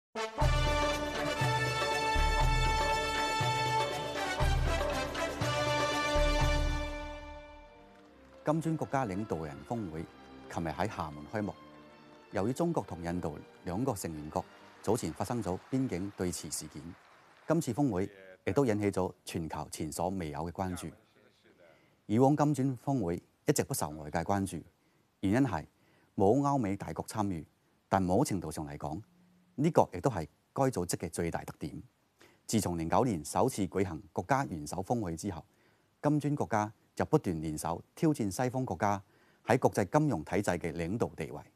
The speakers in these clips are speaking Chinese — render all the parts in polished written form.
金磚國家領導人峰會琴日喺廈門開幕。由於中國同印度兩個成員國早前發生咗邊境對峙事件，今次峰會亦都引起咗全球前所未有嘅關注。以往金磚峰會一直不受外界關注，原因係冇歐美大國參與，但某程度上嚟講，呢個亦都係該組織嘅最大特點。自從09年首次舉行國家元首峰會之後，金磚國家就不斷聯手挑戰西方國家喺國際金融體制嘅領導地位。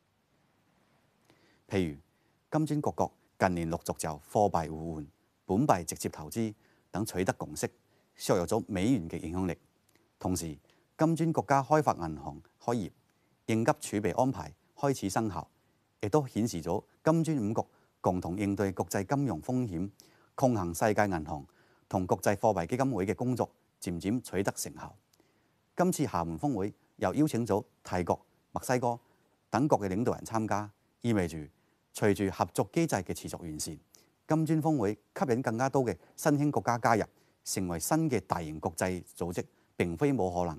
譬如金磚各國近年陸續就貨幣互換、本幣直接投資等取得共識，削弱咗美元嘅影響力。同時，金磚國家開發銀行開業、應急儲備安排開始生效，亦都顯示咗金磚五國共同應對國際金融風險、抗衡世界銀行同國際貨幣基金會嘅工作漸漸取得成效。今次廈門峰會又邀請咗泰國、墨西哥等國嘅領導人參加，意味住隨住合作機制嘅持續完善，金磚峰會吸引更加多嘅新興國家加入，成為新嘅大型國際組織，並非冇可能。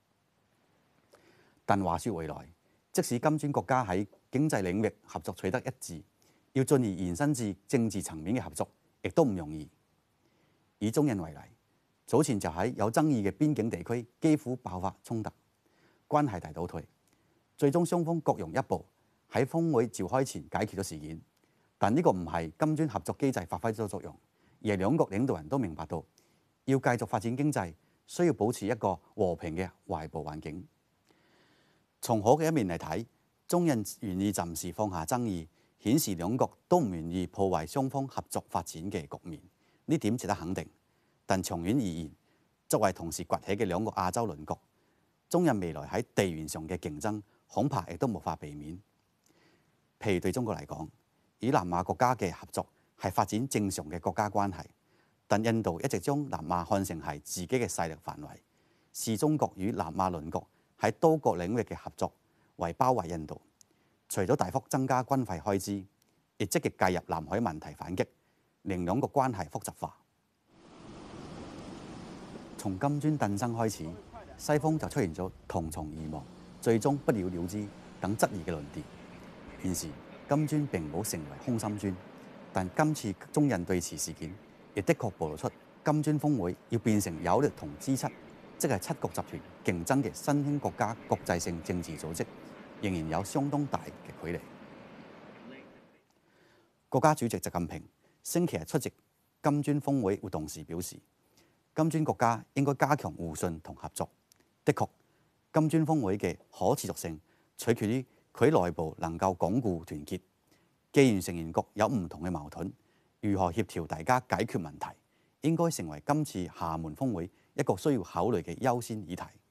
但話說回來，即使金磚國家喺經濟領域合作取得一致，要進而延伸至政治層面嘅合作，亦都唔容易。以中印為例，早前就喺有爭議嘅邊境地區幾乎爆發衝突，關係大倒退，最終雙方各容一步，喺峰會召開前解決咗事件。但呢個唔係金磚合作機制發揮咗作用，而係兩國領導人都明白到，要繼續發展經濟，需要保持一個和平嘅外部環境。從好嘅一面嚟睇，中印願意暫時放下爭議，顯示兩國都唔願意破壞雙方合作發展嘅局面，呢點值得肯定。但長遠而言，作為同時崛起嘅兩個亞洲鄰國，中印未來喺地緣上嘅競爭恐怕亦都無法避免。譬如對中國嚟講，與南亞國家嘅合作係發展正常嘅國家關係，但印度一直將南亞看成係自己嘅勢力範圍，視中國與南亞鄰國喺多個領域嘅合作為包圍印度。除咗大幅增加軍費開支，亦積極介入南海問題反擊，令兩國關係複雜化。從金磚誕生開始，西方就出現咗同床異夢、最終不了了之等質疑嘅論調。現時金磚並冇成為空心磚，但今次中印對峙事件亦的確暴露出金磚峰會要變成有力同 G7， 即係七國集團競爭嘅新興國家國際性政治組織，仍然有相當大嘅距離。國家主席習近平星期日出席金磚峰會活動時表示，金磚國家應該加強互信同合作。的確，金磚峰會嘅可持續性取決於佢內部能夠鞏固團結。既然成員國有唔同嘅矛盾，如何協調大家解決問題，應該成為今次廈門峰會一個需要考慮嘅優先議題。